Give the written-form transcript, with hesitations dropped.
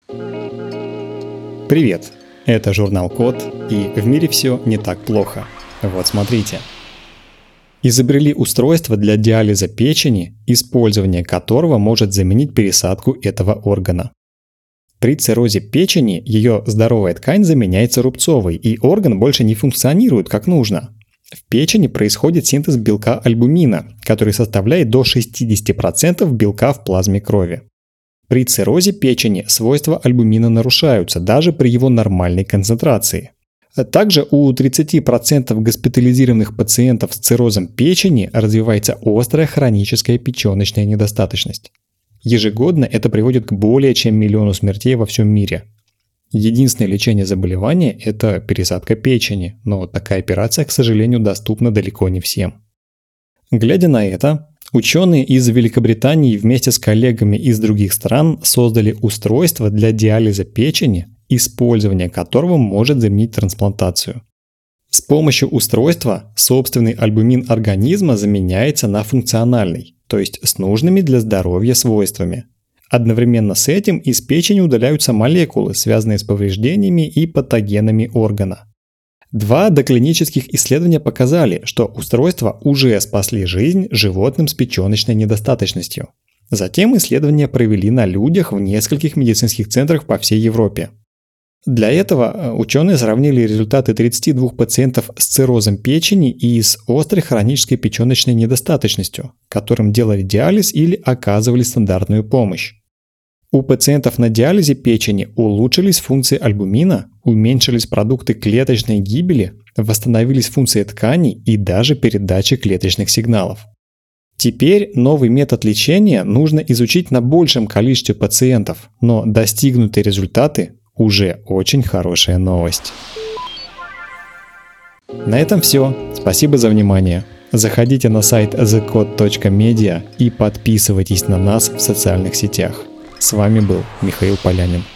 Привет! Это журнал Код, и в мире все не так плохо. Вот смотрите. Изобрели устройство для диализа печени, использование которого может заменить пересадку этого органа. При циррозе печени ее здоровая ткань заменяется рубцовой, и орган больше не функционирует как нужно. В печени происходит синтез белка альбумина, который составляет до 60% белка в плазме крови. При циррозе печени свойства альбумина нарушаются даже при его нормальной концентрации. Также у 30% госпитализированных пациентов с циррозом печени развивается острая хроническая печеночная недостаточность. Ежегодно это приводит к более чем 1 миллиону смертей во всем мире. Единственное лечение заболевания – это пересадка печени, но такая операция, к сожалению, доступна далеко не всем. Глядя на это, ученые из Великобритании вместе с коллегами из других стран создали устройство для диализа печени, использование которого может заменить трансплантацию. С помощью устройства собственный альбумин организма заменяется на функциональный, то есть с нужными для здоровья свойствами. Одновременно с этим из печени удаляются молекулы, связанные с повреждениями и патогенами органа. 2 доклинических исследования показали, что устройства уже спасли жизнь животным с печеночной недостаточностью. Затем исследования провели на людях в нескольких медицинских центрах по всей Европе. Для этого ученые сравнили результаты 32 пациентов с циррозом печени и с острой хронической печеночной недостаточностью, которым делали диализ или оказывали стандартную помощь. У пациентов на диализе печени улучшились функции альбумина, уменьшились продукты клеточной гибели, восстановились функции тканей и даже передача клеточных сигналов. Теперь новый метод лечения нужно изучить на большем количестве пациентов, но достигнутые результаты уже очень хорошая новость. На этом все. Спасибо за внимание. Заходите на сайт thecode.media и подписывайтесь на нас в социальных сетях. С вами был Михаил Полянин.